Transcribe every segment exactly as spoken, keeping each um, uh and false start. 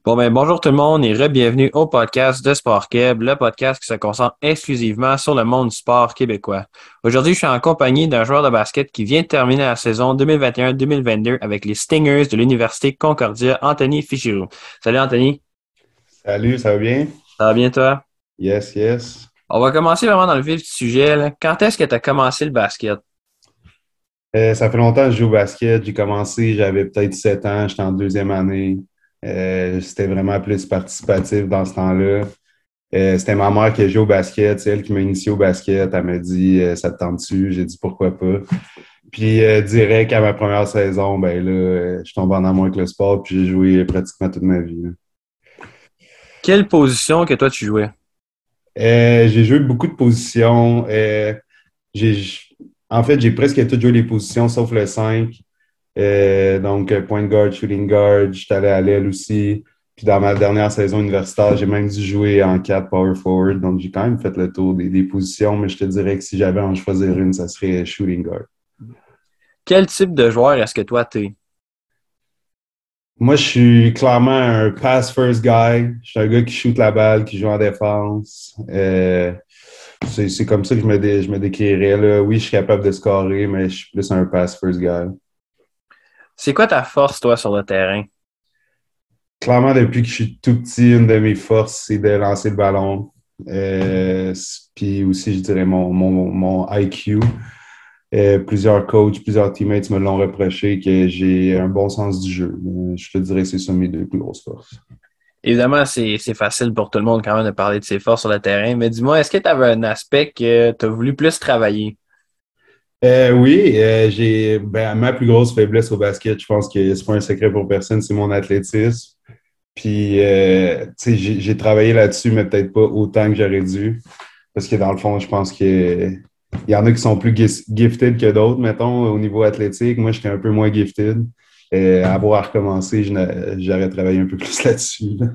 Bon ben bonjour tout le monde et re-bienvenue au podcast de Sport Québec, le podcast qui se concentre exclusivement sur le monde du sport québécois. Aujourd'hui, je suis en compagnie d'un joueur de basket qui vient de terminer la saison deux mille vingt et un deux mille vingt-deux avec les Stingers de l'Université Concordia, Anthony Fichirou. Salut Anthony, Salut, ça va bien? ça va bien toi? Yes, yes. On va commencer vraiment dans le vif du sujet, là. Quand est-ce que tu as commencé le basket? Euh, ça fait longtemps que je joue au basket. J'ai commencé, j'avais peut-être sept ans, j'étais en deuxième année. Euh, c'était vraiment plus participatif dans ce temps-là. Euh, c'était ma mère qui a joué au basket, c'est elle qui m'a initié au basket. Elle m'a dit euh, ça te tente-tu? J'ai dit pourquoi pas. Puis euh, direct à ma première saison, ben là, euh, je tombe en amour avec le sport, puis j'ai joué pratiquement toute ma vie, là. Quelle position que toi tu jouais? Euh, j'ai joué beaucoup de positions. Euh, j'ai, en fait, j'ai presque tout joué les positions sauf le cinq. Euh, donc, euh, point guard, shooting guard, j'étais allé à l'aile aussi. Puis dans ma dernière saison universitaire, j'ai même dû jouer en quatre power forward. Donc, j'ai quand même fait le tour des, des positions, mais je te dirais que si j'avais à en choisir une, ça serait shooting guard. Quel type de joueur est-ce que toi t'es? Moi, je suis clairement un pass first guy. Je suis un gars qui shoot la balle, qui joue en défense. Euh, c'est, c'est comme ça que je me, dé, je me décrirais, là. Oui, je suis capable de scorer, mais je suis plus un pass first guy. C'est quoi ta force toi sur le terrain? Clairement, depuis que je suis tout petit, une de mes forces, c'est de lancer le ballon. Euh, puis aussi, je dirais mon, mon, mon I Q. Euh, plusieurs coachs, plusieurs teammates me l'ont reproché que j'ai un bon sens du jeu. Euh, je te dirais que c'est ça mes deux plus grosses forces. Évidemment, c'est, c'est facile pour tout le monde quand même de parler de ses forces sur le terrain, mais dis-moi, est-ce que tu avais un aspect que tu as voulu plus travailler? Euh, oui, euh, j'ai ben, ma plus grosse faiblesse au basket, je pense que c'est pas un secret pour personne, c'est mon athlétisme. Puis, euh, tu sais, j'ai j'ai travaillé là-dessus, mais peut-être pas autant que j'aurais dû. Parce que dans le fond, je pense que il y en a qui sont plus gis- gifted que d'autres, mettons, au niveau athlétique. Moi, j'étais un peu moins gifted. Et avoir recommencé, je n'a- j'aurais travaillé un peu plus là-dessus, là.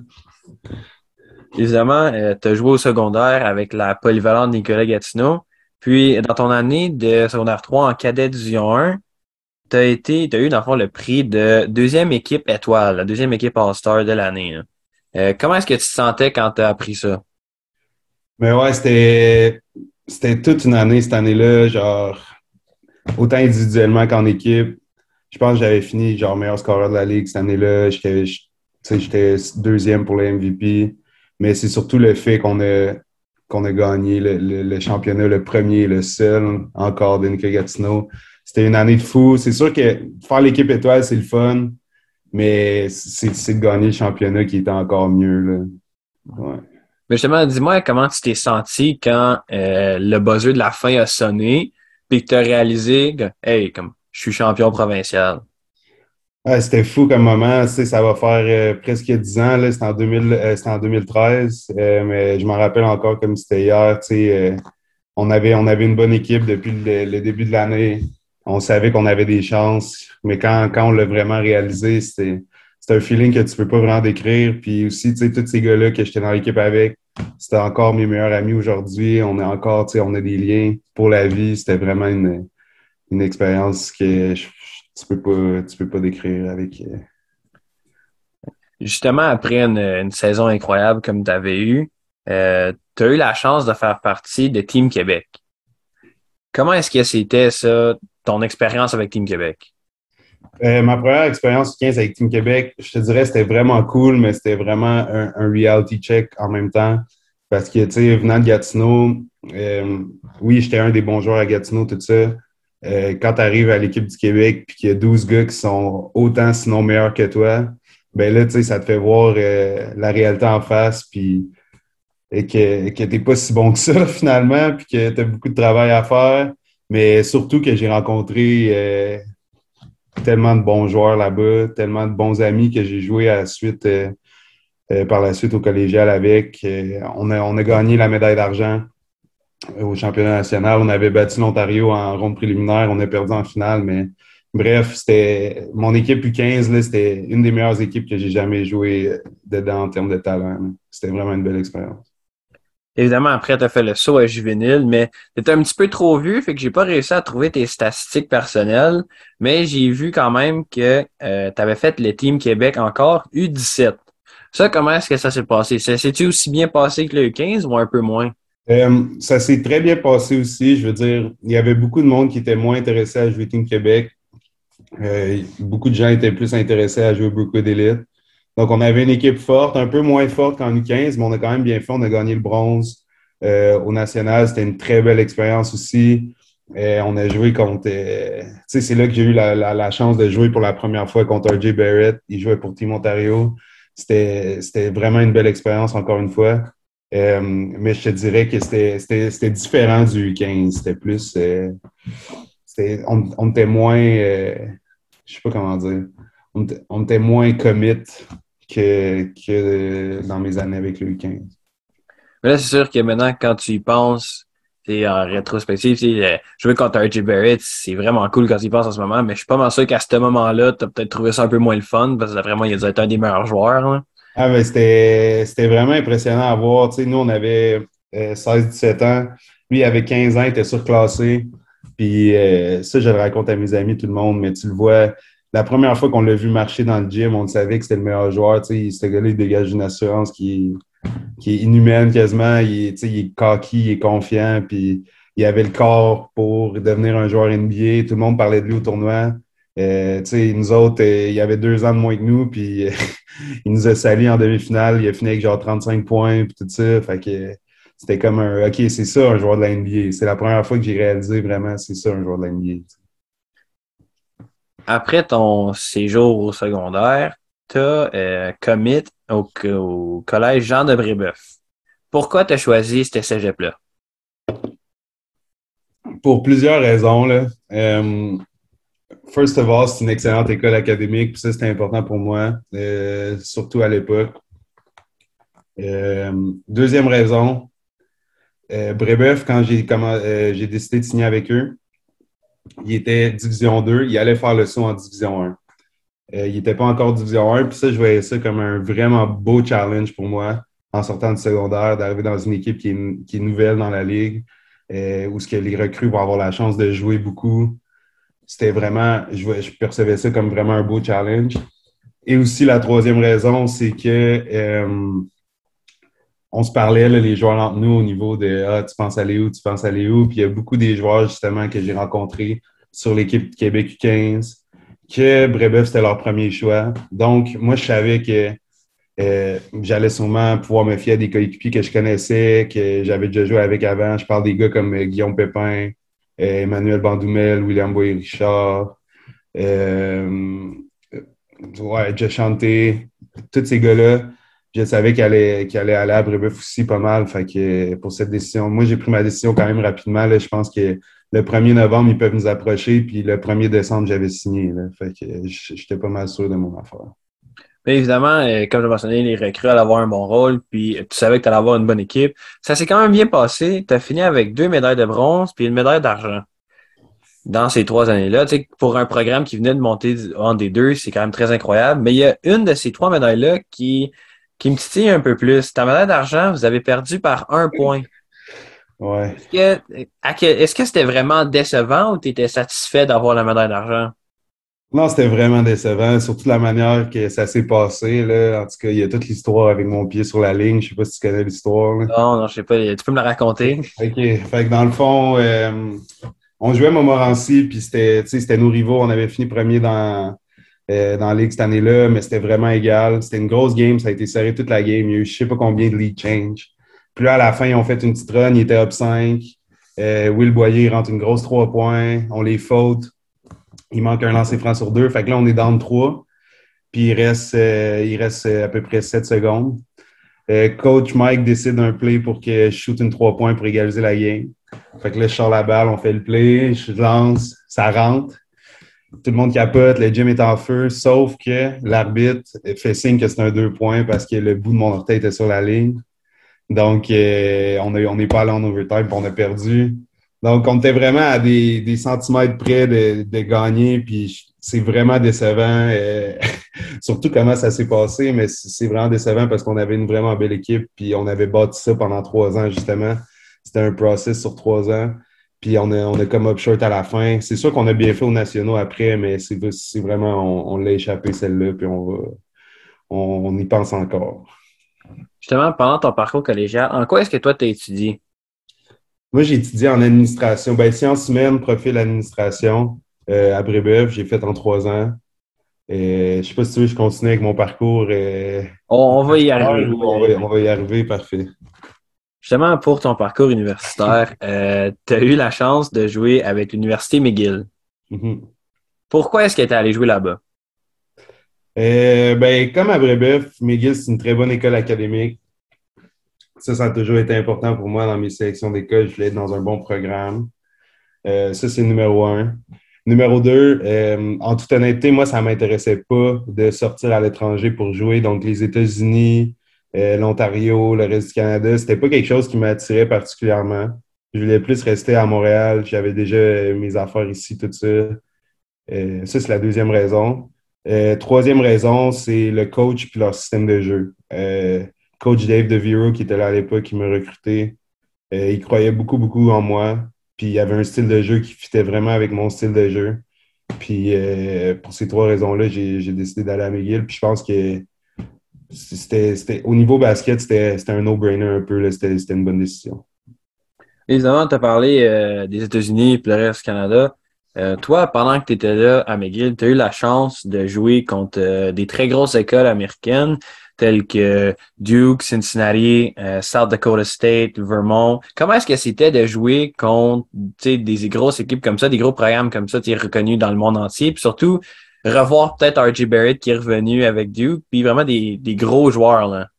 Évidemment, tu as joué au secondaire avec la polyvalente Nicolas Gatineau. Puis, dans ton année de secondaire trois en cadet Division un, tu as été, t'as eu, dans le fond, le prix de deuxième équipe étoile, la deuxième équipe All-Star de l'année, là. Euh, comment est-ce que tu te sentais quand tu as appris ça? Mais ouais, c'était c'était toute une année cette année-là, genre autant individuellement qu'en équipe. Je pense que j'avais fini genre meilleur scoreur de la ligue cette année-là. J'étais, je- tu sais, j'étais deuxième pour le M V P. Mais c'est surtout le fait qu'on a, qu'on a gagné le, le- le championnat, le premier, le seul encore de Nicolas Gatineau. C'était une année de fou. C'est sûr que faire l'équipe étoile, c'est le fun, mais c'est, c'est de gagner le championnat qui était encore mieux, là. Ouais. Mais justement, dis-moi comment tu t'es senti quand euh, le buzzer de la fin a sonné, puis que tu as réalisé que, hey, comme, je suis champion provincial. Ouais, c'était fou comme moment. Tu sais, ça va faire euh, presque dix ans. Là, c'était en deux mille, euh, c'était en deux mille treize. Euh, mais je m'en rappelle encore comme c'était hier. Tu sais, euh, on avait, on avait une bonne équipe depuis le, le début de l'année. On savait qu'on avait des chances. Mais quand, quand on l'a vraiment réalisé, c'était, c'était un feeling que tu peux pas vraiment décrire. Puis aussi, tu sais, tous ces gars-là que j'étais dans l'équipe avec, c'était encore mes meilleurs amis aujourd'hui. On est encore, tu sais, on a des liens pour la vie. C'était vraiment une, une expérience que je- tu peux pas, tu peux pas décrire avec. euh, Justement, après une, une saison incroyable comme tu avais eu, euh, tu as eu la chance de faire partie de Team Québec. Comment est-ce que c'était ça, ton expérience avec Team Québec? Euh, ma première expérience au quinze avec Team Québec, je te dirais, c'était vraiment cool, mais c'était vraiment un, un reality check en même temps. Parce que, tu sais, venant de Gatineau, euh, oui, j'étais un des bons joueurs à Gatineau, tout ça. Euh, quand tu arrives à l'équipe du Québec puis qu'il y a douze gars qui sont autant, sinon meilleurs que toi, ben là, tu sais, ça te fait voir euh, la réalité en face puis et que, que t'es pas si bon que ça, finalement, puis que tu as beaucoup de travail à faire. Mais surtout que j'ai rencontré euh, tellement de bons joueurs là-bas, tellement de bons amis que j'ai joué à la suite, euh, euh, par la suite au collégial avec. Euh, on a, on a gagné la médaille d'argent au championnat national. On avait battu l'Ontario en ronde préliminaire. On a perdu en finale, mais bref, c'était mon équipe U quinze, là, c'était une des meilleures équipes que j'ai jamais joué dedans en termes de talent, là. C'était vraiment une belle expérience. Évidemment, après, tu as fait le saut à juvénile, mais tu étais un petit peu trop vieux, fait que j'ai pas réussi à trouver tes statistiques personnelles, mais j'ai vu quand même que euh, tu avais fait le Team Québec encore U dix-sept. Ça, comment est-ce que ça s'est passé? Ça s'est-tu aussi bien passé que le U quinze ou un peu moins? Euh, ça s'est très bien passé aussi. Je veux dire, il y avait beaucoup de monde qui était moins intéressé à jouer Team Québec. Euh, beaucoup de gens étaient plus intéressés à jouer Brookwood Elite. Donc, on avait une équipe forte, un peu moins forte qu'en U quinze, mais on a quand même bien fait. On a gagné le bronze euh, au national. C'était une très belle expérience aussi. Euh, on a joué contre... euh, tu sais, c'est là que j'ai eu la, la, la chance de jouer pour la première fois contre R J Barrett. Il jouait pour Team Ontario. C'était, c'était vraiment une belle expérience, encore une fois. Euh, mais je te dirais que c'était, c'était, c'était différent du U quinze. C'était plus... euh, c'était, on, on était moins... euh, je sais pas comment dire. On était, on était moins commit que, que dans mes années avec le U quinze. Mais là, c'est sûr que maintenant, quand tu y penses, c'est en rétrospective, tu sais, euh, jouer contre R J Barrett, c'est vraiment cool quand tu y penses en ce moment, mais je suis pas mal sûr qu'à ce moment-là, t'as peut-être trouvé ça un peu moins le fun, parce que d'après moi, il a dû être un des meilleurs joueurs, là. Ah, mais c'était, c'était vraiment impressionnant à voir. Tu sais, nous, on avait euh, seize dix-sept ans. Lui, il avait quinze ans, il était surclassé. Puis euh, ça, je le raconte à mes amis, tout le monde, mais tu le vois, la première fois qu'on l'a vu marcher dans le gym, on savait que c'était le meilleur joueur. Tu sais, ce gars-là, il dégage une assurance qui, qui est inhumaine quasiment. Il, est- tu sais, il est cocky, il est confiant, puis il avait le corps pour devenir un joueur N B A. Tout le monde parlait de lui au tournoi. Euh, tu sais, nous autres, euh, il avait deux ans de moins que nous, puis il nous a salis en demi-finale. Il a fini avec genre trente-cinq points, puis tout ça. Fait que c'était comme un, OK, c'est ça un joueur de la N B A. C'est la première fois que j'ai réalisé vraiment, c'est ça un joueur de la N B A. Après ton séjour au secondaire, t'as euh, commit au, au collège Jean de Brébeuf. Pourquoi t'as choisi ce cégep-là? Pour plusieurs raisons, là. Euh, first of all, c'est une excellente école académique, puis ça, c'était important pour moi, euh, surtout à l'époque. Euh, deuxième raison, euh, Brébeuf, quand j'ai commen- euh, j'ai décidé de signer avec eux, il était Division deux, il allait faire le saut en Division un. Euh, il n'était pas encore Division un, puis ça, je voyais ça comme un vraiment beau challenge pour moi, en sortant du secondaire, d'arriver dans une équipe qui est, qui est nouvelle dans la ligue, euh, où ce que les recrues vont avoir la chance de jouer beaucoup. C'était vraiment, je, je percevais ça comme vraiment un beau challenge. Et aussi, la troisième raison, c'est que euh, on se parlait, là, les joueurs entre nous, au niveau de Ah, tu penses aller où, tu penses aller où? Puis il y a beaucoup des joueurs, justement, que j'ai rencontrés sur l'équipe de Québec U quinze, que Brébeuf, c'était leur premier choix. Donc, moi, je savais que euh, j'allais sûrement pouvoir me fier à des coéquipiers que je connaissais, que j'avais déjà joué avec avant. Je parle des gars comme euh, Guillaume Pépin, euh, Emmanuel Bandoumel, William Boyer-Richard, euh, ouais, Josh Chanté, tous ces gars-là. Je savais qu'il allait, qu'il allait aller à Brébeuf aussi pas mal. Fait que pour cette décision, moi, j'ai pris ma décision quand même rapidement. Là. Je pense que le premier novembre, ils peuvent nous approcher, puis le premier décembre, j'avais signé. Là. Fait que j'étais pas mal sûr de mon affaire. Mais évidemment, euh, comme je mentionné, les recrues allaient avoir un bon rôle, puis tu savais que tu allais avoir une bonne équipe. Ça s'est quand même bien passé. Tu as fini avec deux médailles de bronze puis une médaille d'argent dans ces trois années-là. Tu sais, pour un programme qui venait de monter en des deux, c'est quand même très incroyable. Mais il y a une de ces trois médailles-là qui, qui me titille un peu plus. Ta médaille d'argent, vous avez perdu par un point. Ouais. Est-ce que, à que- est-ce que c'était vraiment décevant ou tu étais satisfait d'avoir la médaille d'argent? Non, c'était vraiment décevant, surtout la manière que ça s'est passé. Là. En tout cas, il y a toute l'histoire avec mon pied sur la ligne. Je sais pas si tu connais l'histoire. Là. Non, non, je sais pas. Tu peux me la raconter? OK. Fait que dans le fond, euh, on jouait à Montmorency, puis c'était, tu sais, c'était nos rivaux. On avait fini premier dans, euh, dans la Ligue cette année-là, mais c'était vraiment égal. C'était une grosse game. Ça a été serré toute la game. Il y a eu je sais pas combien de lead change. Puis là, à la fin, ils ont fait une petite run. Ils étaient up cinq. Euh, Will Boyer il rentre une grosse trois points. On les faute. Il manque un lancer franc sur deux. Fait que là, on est dans le trois. Puis il reste, euh, il reste euh, à peu près sept secondes. Euh, Coach Mike décide d'un play pour que je shoot une trois points pour égaliser la game. Fait que là, je sors la balle, on fait le play, je lance, ça rentre. Tout le monde capote, le gym est en feu, sauf que l'arbitre fait signe que c'est un deux points parce que le bout de mon orteil était sur la ligne. Donc, euh, on n'est on est pas allé en overtime puis on a perdu. Donc, on était vraiment à des, des centimètres près de, de gagner, puis c'est vraiment décevant. Euh, surtout comment ça s'est passé, mais c'est vraiment décevant parce qu'on avait une vraiment belle équipe, puis on avait bâti ça pendant trois ans, justement. C'était un process sur trois ans, puis on a, on a comme up short à la fin. C'est sûr qu'on a bien fait aux nationaux après, mais c'est vraiment, on, on l'a échappé celle-là, puis on va, on, on y pense encore. Justement, pendant ton parcours collégial, en quoi est-ce que toi, tu as étudié? Moi, j'ai étudié en administration, ben, sciences humaines, profil administration euh, à Brébeuf. J'ai fait en trois ans. Et, je ne sais pas si tu veux, je continue avec mon parcours. Euh, On, on va y arriver. universitaire On ou va y on va, arriver. on va y arriver, parfait. Justement, pour ton parcours universitaire, euh, tu as eu la chance de jouer avec l'Université McGill. Mhm. Pourquoi est-ce que tu es allé jouer là-bas? Euh, ben, comme à Brébeuf, McGill, c'est une très bonne école académique. Ça, ça a toujours été important pour moi dans mes sélections d'école. Je voulais être dans un bon programme. Euh, ça, c'est numéro un. Numéro deux, euh, en toute honnêteté, moi, ça ne m'intéressait pas de sortir à l'étranger pour jouer. Donc, les États-Unis, euh, l'Ontario, le reste du Canada, c'était pas quelque chose qui m'attirait particulièrement. Je voulais plus rester à Montréal. J'avais déjà euh, mes affaires ici, tout ça. Euh, ça, c'est la deuxième raison. Euh, troisième raison, c'est le coach puis leur système de jeu. Euh, coach Dave DeViro, qui était là à l'époque, qui m'a recruté, euh, il croyait beaucoup, beaucoup en moi. Puis il y avait un style de jeu qui fitait vraiment avec mon style de jeu. Puis euh, pour ces trois raisons-là, j'ai, j'ai décidé d'aller à McGill. Puis je pense que c'était, c'était au niveau basket, c'était, c'était un no-brainer un peu. Là. C'était, c'était une bonne décision. Évidemment, tu as parlé euh, des États-Unis et le reste du Canada. Euh, toi, pendant que tu étais là à McGill, tu as eu la chance de jouer contre euh, des très grosses écoles américaines telles que Duke, Cincinnati, euh, South Dakota State, Vermont. Comment est-ce que c'était de jouer contre tu sais, des grosses équipes comme ça, des gros programmes comme ça, tu es reconnu dans le monde entier, puis surtout revoir peut-être R J Barrett qui est revenu avec Duke, puis vraiment des, des gros joueurs là.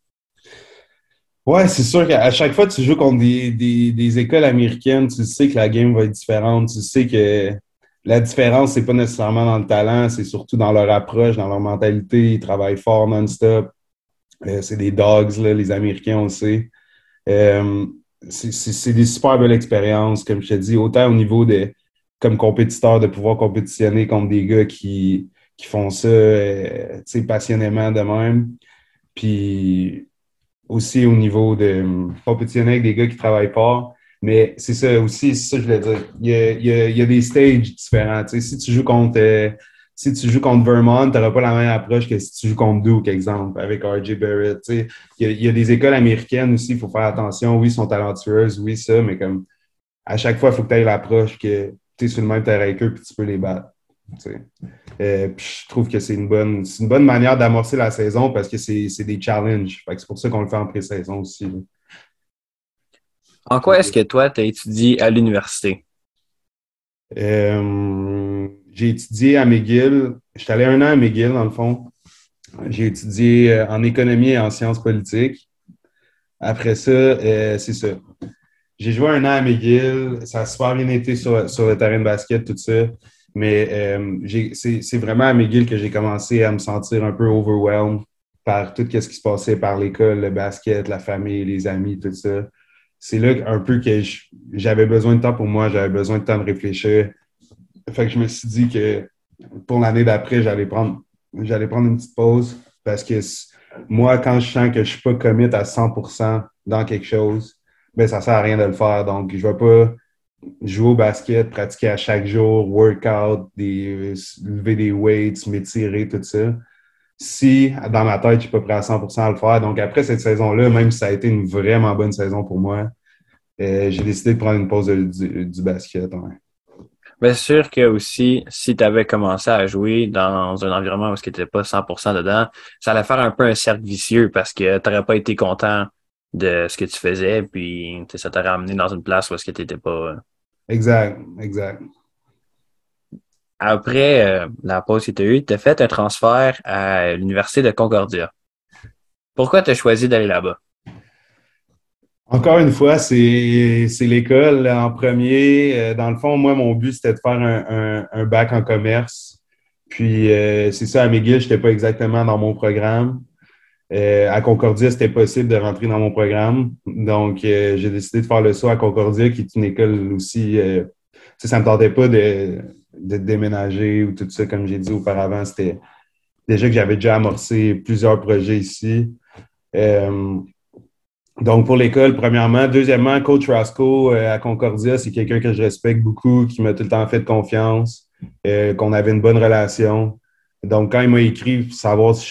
Ouais, c'est sûr qu'à chaque fois que tu joues contre des, des, des écoles américaines, tu sais que la game va être différente. Tu sais que la différence, c'est pas nécessairement dans le talent, c'est surtout dans leur approche, dans leur mentalité. Ils travaillent fort non-stop. Euh, c'est des dogs, là, les Américains, on le sait. Euh, c'est c'est- c'est des super belles expériences, comme je te dis, autant au niveau de, comme compétiteur, de pouvoir compétitionner contre des gars qui, qui font ça euh, tu sais, passionnément de même. Puis aussi au niveau de euh, compétitionner avec des gars qui travaillent fort. Mais c'est ça aussi, c'est ça que je voulais dire. Il y a, il y a, il y a des stages différents. Tu sais, si tu joues contre euh, si tu joues contre Vermont, tu n'auras pas la même approche que si tu joues contre Duke, exemple, avec R J Barrett. Tu sais. Il y a, il y a des écoles américaines aussi, il faut faire attention. Oui, ils sont talentueuses, oui, ça, mais comme à chaque fois, il faut que tu aies l'approche que tu es sur le même terrain qu'eux puis tu peux les battre. Tu sais. Euh, puis je trouve que c'est une bonne, c'est une bonne manière d'amorcer la saison parce que c'est, c'est des challenges. Fait que c'est pour ça qu'on le fait en pré-saison aussi. Là. En quoi est-ce que toi, tu as étudié à l'université? Euh, j'ai étudié à McGill. J'étais allé un an à McGill, dans le fond. J'ai étudié euh, en économie et en sciences politiques. Après ça, euh, c'est ça. J'ai joué un an à McGill. Ça a super bien été sur, sur le terrain de basket, tout ça. Mais euh, j'ai, c'est, c'est vraiment à McGill que j'ai commencé à me sentir un peu overwhelmed par tout ce qui se passait par l'école, le basket, la famille, les amis, tout ça. C'est là un peu que je- j'avais besoin de temps pour moi, j'avais besoin de temps de réfléchir. Fait que je me suis dit que pour l'année d'après, j'allais prendre, j'allais prendre une petite pause parce que c- moi, quand je sens que je suis pas commit à cent pour cent dans quelque chose, ben ça sert à rien de le faire. Donc, je vais pas jouer au basket, pratiquer à chaque jour, workout, des, lever des weights, m'étirer, tout ça. Si dans ma tête, je suis pas prêt à cent pour cent à le faire. Donc, après cette saison-là, même si ça a été une vraiment bonne saison pour moi, euh, j'ai décidé de prendre une pause de- du, du basket. Ouais. Bien sûr que aussi, si tu avais commencé à jouer dans un environnement où tu n'étais pas cent pour cent dedans, ça allait faire un peu un cercle vicieux parce que tu n'aurais pas été content de ce que tu faisais, puis tu sais, ça t'aurait amené dans une place où est-ce que tu n'étais pas. Exact, exact. Après euh, la pause que tu as eue, tu as fait un transfert à l'Université de Concordia. Pourquoi tu as choisi d'aller là-bas? Encore une fois, c'est, c'est l'école là, en premier. Euh, dans le fond, moi, mon but, c'était de faire un, un, un bac en commerce. Puis, euh, c'est ça, à McGill, je n'étais pas exactement dans mon programme. Euh, à Concordia, c'était possible de rentrer dans mon programme. Donc, euh, j'ai décidé de faire le saut à Concordia, qui est une école aussi. Euh, tu sais, ça ne me tentait pas de, de déménager ou tout ça, comme j'ai dit auparavant. C'était déjà que j'avais déjà amorcé plusieurs projets ici. Euh, donc, pour l'école, premièrement. Deuxièmement, Coach Roscoe euh, à Concordia, c'est quelqu'un que je respecte beaucoup, qui m'a tout le temps fait confiance, euh, qu'on avait une bonne relation. Donc, quand il m'a écrit, savoir si je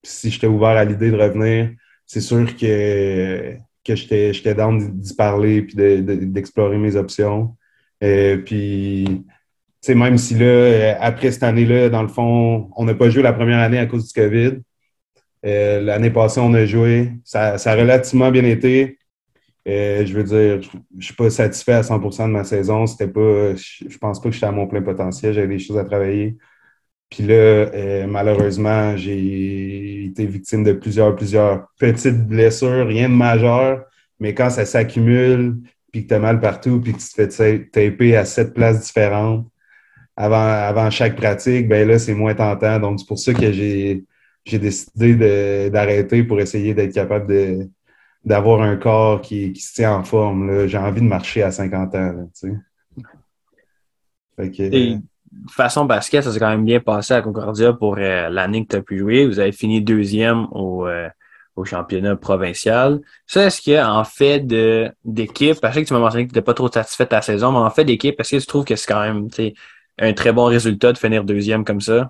Puis si j'étais ouvert à l'idée de revenir, c'est sûr que, que j'étais, j'étais down d'y parler puis de, de, d'explorer mes options. Euh, puis, tu sais, même si là, après cette année-là, dans le fond, on n'a pas joué la première année à cause du COVID. Euh, l'année passée, on a joué. Ça, ça a relativement bien été. Euh, je veux dire, je ne suis pas satisfait à cent pour cent de ma saison. C'était pas, je, je pense pas que j'étais à mon plein potentiel. J'avais des choses à travailler. Puis là, euh, malheureusement, j'ai été victime de plusieurs, plusieurs petites blessures, rien de majeur, mais quand ça s'accumule, puis que tu as mal partout, puis que tu te fais ta- taper à sept places différentes avant, avant chaque pratique, ben là, c'est moins tentant. Donc, c'est pour ça que j'ai, j'ai décidé de- d'arrêter pour essayer d'être capable de, d'avoir un corps qui, qui se tient en forme, là. J'ai envie de marcher à cinquante ans, là, tu sais. Fait que, euh, Et façon basket, ça s'est quand même bien passé à Concordia pour euh, l'année que tu as pu jouer. Vous avez fini deuxième au, euh, au championnat provincial. Ça, est-ce qu'en fait de d'équipe, parce que tu m'as mentionné que tu n'étais pas trop satisfait de ta saison, mais en fait d'équipe, est-ce que tu trouves que c'est quand même tu sais, un très bon résultat de finir deuxième comme ça?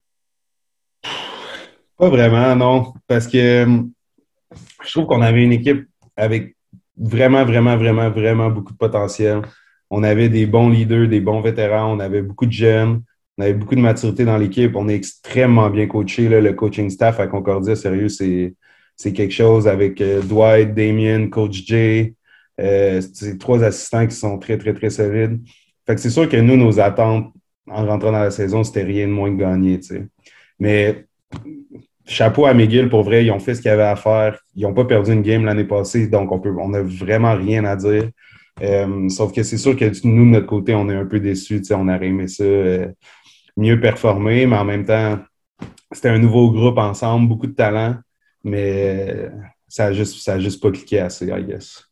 pas vraiment, non. Parce que euh, je trouve qu'on avait une équipe avec vraiment, vraiment, vraiment, vraiment beaucoup de potentiel. On avait des bons leaders, des bons vétérans, on avait beaucoup de jeunes, on avait beaucoup de maturité dans l'équipe. On est extrêmement bien coaché, là. Le coaching staff à Concordia, sérieux, c'est, c'est quelque chose avec euh, Dwight, Damien, Coach Jay. Euh, c'est trois assistants qui sont très, très, très solides. Fait que c'est sûr que nous, nos attentes en rentrant dans la saison, c'était rien de moins que gagner, tu sais. Mais chapeau à McGill, pour vrai, ils ont fait ce qu'ils avaient à faire. Ils n'ont pas perdu une game l'année passée, donc on peut, on n'a vraiment rien à dire. Euh, sauf que c'est sûr que nous, de notre côté, on est un peu déçus. On aurait aimé ça euh, mieux performer, mais en même temps, c'était un nouveau groupe ensemble, beaucoup de talent, mais euh, ça n'a juste, ça a juste pas cliqué assez, I guess.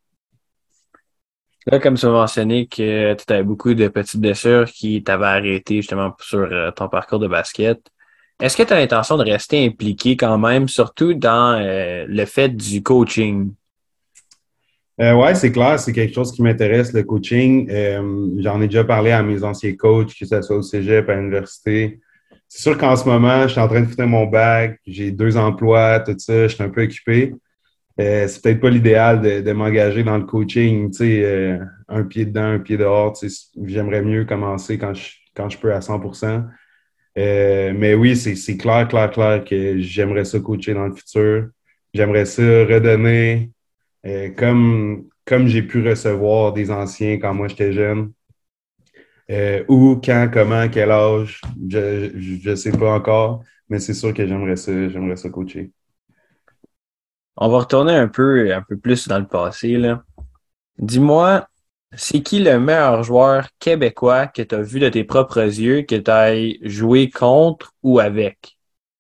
Là, comme tu as mentionné que tu avais beaucoup de petites blessures qui t'avaient arrêté justement sur euh, ton parcours de basket. Est-ce que tu as l'intention de rester impliqué quand même, surtout dans euh, le fait du coaching? Euh, ouais, c'est clair, c'est quelque chose qui m'intéresse, le coaching. Euh, j'en ai déjà parlé à mes anciens coachs, que ce soit au cégep, à l'université. C'est sûr qu'en ce moment, je suis en train de finir mon bac, j'ai deux emplois, tout ça, je suis un peu occupé. Euh, c'est peut-être pas l'idéal de, de m'engager dans le coaching, tu sais, euh, un pied dedans, un pied dehors. Tu sais, j'aimerais mieux commencer quand je, quand je peux à cent pour cent. Euh, mais oui, c'est, c'est clair, clair, clair que j'aimerais ça coacher dans le futur. J'aimerais ça redonner euh, comme, comme j'ai pu recevoir des anciens quand moi j'étais jeune. Euh, où, quand, comment, quel âge, je ne sais pas encore, mais c'est sûr que j'aimerais ça, j'aimerais ça coacher. On va retourner un peu, un peu plus dans le passé, là. Dis-moi, c'est qui le meilleur joueur québécois que tu as vu de tes propres yeux, que tu as joué contre ou avec?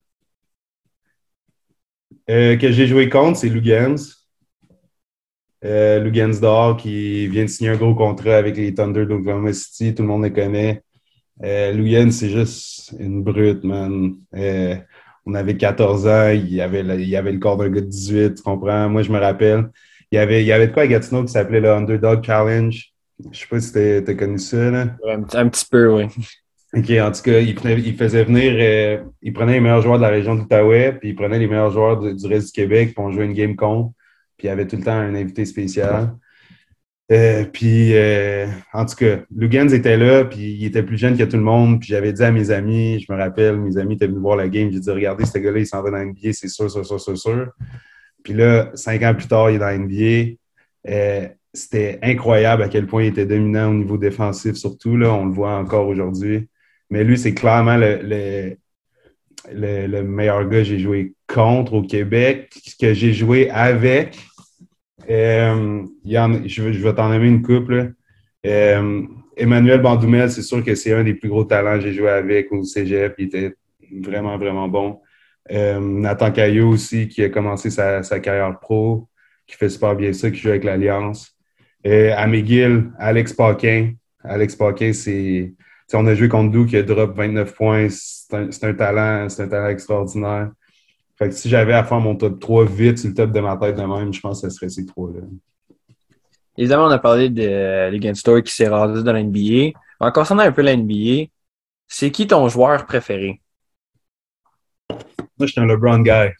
Euh, que j'ai joué contre, c'est Lugans. Euh, Lugans d'Or qui vient de signer un gros contrat avec les Thunder d'Oklahoma City. Tout le monde les connaît. Euh, Lugans, c'est juste une brute, man. Euh, on avait quatorze ans, il y avait, le- il y avait le corps d'un gars de dix-huit, tu comprends? Moi, je me rappelle. Il y avait, il y avait de quoi à Gatineau qui s'appelait le Underdog Challenge. Je sais pas si t'as t'as connu ça, là. Un, petit un petit peu, oui. OK, en tout cas, il, prenait- il faisait venir, euh, il prenait les meilleurs joueurs de la région d'Outaouais, puis il prenait les meilleurs joueurs de- du reste du Québec, puis on jouait une game contre, puis il y avait tout le temps un invité spécial. Euh, puis, euh, en tout cas, Lugans était là, puis il était plus jeune que tout le monde, puis j'avais dit à mes amis, je me rappelle, mes amis étaient venus voir la game, j'ai dit, regardez, ce gars-là, il s'en va dans l'N B A, c'est sûr, sûr, sûr, sûr, sûr. Puis là, cinq ans plus tard, il est dans l'N B A. Euh, c'était incroyable à quel point il était dominant au niveau défensif, surtout, là, on le voit encore aujourd'hui. Mais lui, c'est clairement le, le, le, le meilleur gars que j'ai joué contre au Québec, que j'ai joué avec. Euh, il y en- je, vais- je vais t'en nommer une couple. Euh, Emmanuel Bandoumel, c'est sûr que c'est un des plus gros talents que j'ai joué avec au Cégep. Il était vraiment, vraiment bon. Euh, Nathan Caillot aussi, qui a commencé sa, sa carrière pro, qui fait super bien ça, qui joue avec l'Alliance. Euh, à McGill, Alex Paquin. Alex Paquin, c'est. Tu sais, on a joué contre Doux qui a drop vingt-neuf points. C'est un, c'est un talent, c'est un talent extraordinaire. Fait que si j'avais à faire mon top trois vite sur le top de ma tête de même, je pense que ce serait ces trois-là. Évidemment, on a parlé de Ligan Store qui s'est rendu dans l'N B A. En concernant un peu l'N B A, c'est qui ton joueur préféré? Moi, je suis un LeBron guy.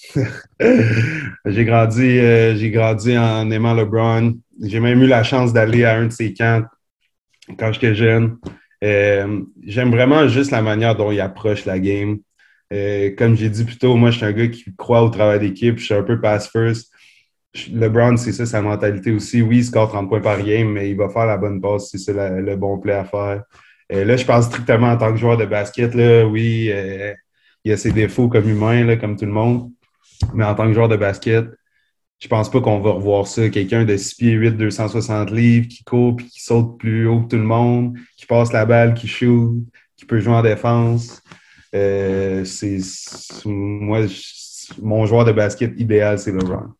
J'ai grandi, euh, j'ai grandi en aimant LeBron. J'ai même eu la chance d'aller à un de ses camps quand j'étais jeune. Euh, j'aime vraiment juste la manière dont il approche la game. Euh, comme j'ai dit plus tôt, moi, je suis un gars qui croit au travail d'équipe. Je suis un peu pass first. LeBron, c'est ça sa mentalité aussi. Oui, il score trente points par game, mais il va faire la bonne passe si c'est la- le bon play à faire. Euh, là, je pense strictement en tant que joueur de basket. Là, oui, euh, il y a ses défauts comme humain, là, comme tout le monde. Mais en tant que joueur de basket, je pense pas qu'on va revoir ça. Quelqu'un de six pieds huit, deux cent soixante livres, qui court puis qui saute plus haut que tout le monde, qui passe la balle, qui shoot, qui peut jouer en défense. Euh, c'est, c'est- moi, je- mon joueur de basket idéal, c'est LeBron.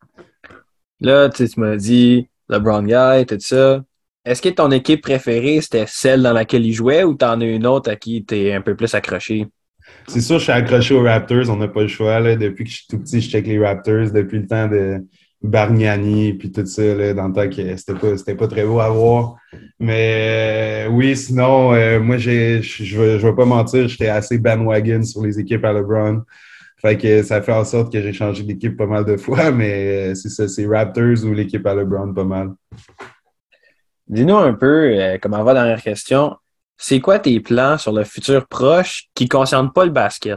Là, tu sais, tu m'as dit LeBron Guy, tout ça. Est-ce que ton équipe préférée, c'était celle dans laquelle il jouait ou t'en as une autre à qui t'es un peu plus accroché? C'est sûr, je suis accroché aux Raptors, on n'a pas le choix. Là. Depuis que je suis tout petit, je check les Raptors. Depuis le temps de Bargnani puis tout ça, là, dans le temps que c'était pas, c'était pas très beau à voir. Mais euh, oui, sinon, euh, moi, j'ai, je je vais, je vais pas mentir, j'étais assez bandwagon sur les équipes à LeBron. Fait que ça fait en sorte que j'ai changé d'équipe pas mal de fois, mais euh, c'est ça, c'est Raptors ou l'équipe à LeBron pas mal. Dis-nous un peu, euh, comment va la dernière question. C'est quoi tes plans sur le futur proche qui ne concerne pas le basket?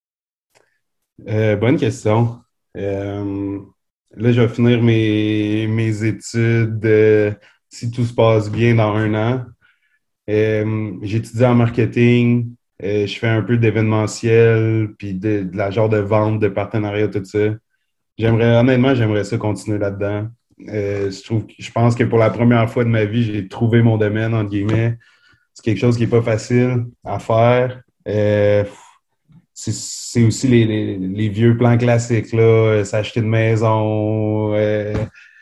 Euh, bonne question. Euh, là, je vais finir mes, mes études euh, si tout se passe bien dans un an. Euh, j'étudie en marketing. Euh, je fais un peu d'événementiel, puis de, de la genre de vente, de partenariat, tout ça. J'aimerais, honnêtement, j'aimerais ça continuer là-dedans. Euh, je trouve, je pense que pour la première fois de ma vie, j'ai trouvé mon domaine, entre guillemets. C'est quelque chose qui n'est pas facile à faire. Euh, c'est c'est aussi les, les, les vieux plans classiques, là, euh, s'acheter une maison, euh,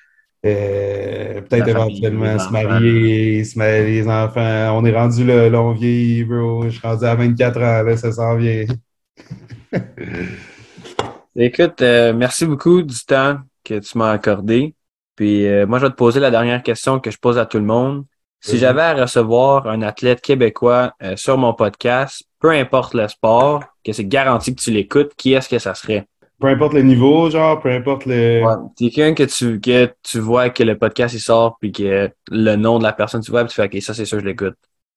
euh, peut-être La famille, les éventuellement se enfants. marier, se marier, les enfants. On est rendu là, là, on vieillit, bro. Je suis rendu à vingt-quatre ans, là, ça s'en vient. Écoute, euh, merci beaucoup du temps que tu m'as accordé. Puis euh, moi, je vais te poser la dernière question que je pose à tout le monde. Si Vas-y. j'avais à recevoir un athlète québécois euh, sur mon podcast, peu importe le sport, que c'est garanti que tu l'écoutes, qui est-ce que ça serait? Peu importe le niveau, genre, peu importe le Ouais. Quelqu'un que tu, que tu vois que le podcast il sort puis que le nom de la personne tu vois puis tu fais OK, ça c'est sûr je l'écoute.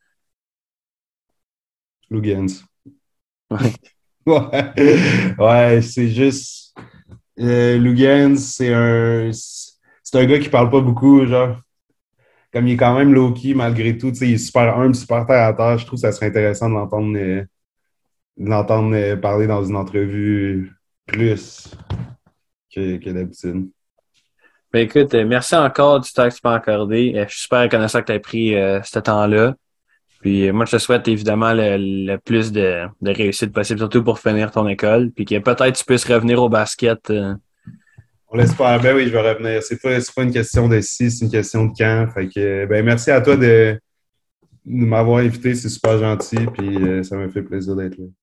Lugans. Ouais. Ouais, ouais, c'est juste. Euh, Lugans, c'est un. C'est un gars qui parle pas beaucoup, genre. Comme il est quand même low-key malgré tout, tu sais, il est super humble, super terre à terre. Je trouve que ça serait intéressant de l'entendre euh, de l'entendre euh, parler dans une entrevue plus que, que d'habitude. Ben écoute, euh, merci encore du temps que tu m'as accordé. Euh, Je suis super reconnaissant que tu aies pris euh, ce temps-là. Puis euh, moi, je te souhaite évidemment le, le plus de, de réussite possible, surtout pour finir ton école. Puis que peut-être tu puisses revenir au basket. euh. On l'espère. Ben oui, je vais revenir. C'est pas, c'est pas une question de si, c'est une question de quand. Fait que, ben merci à toi de, de m'avoir invité. C'est super gentil. Puis euh, ça m'a fait plaisir d'être là.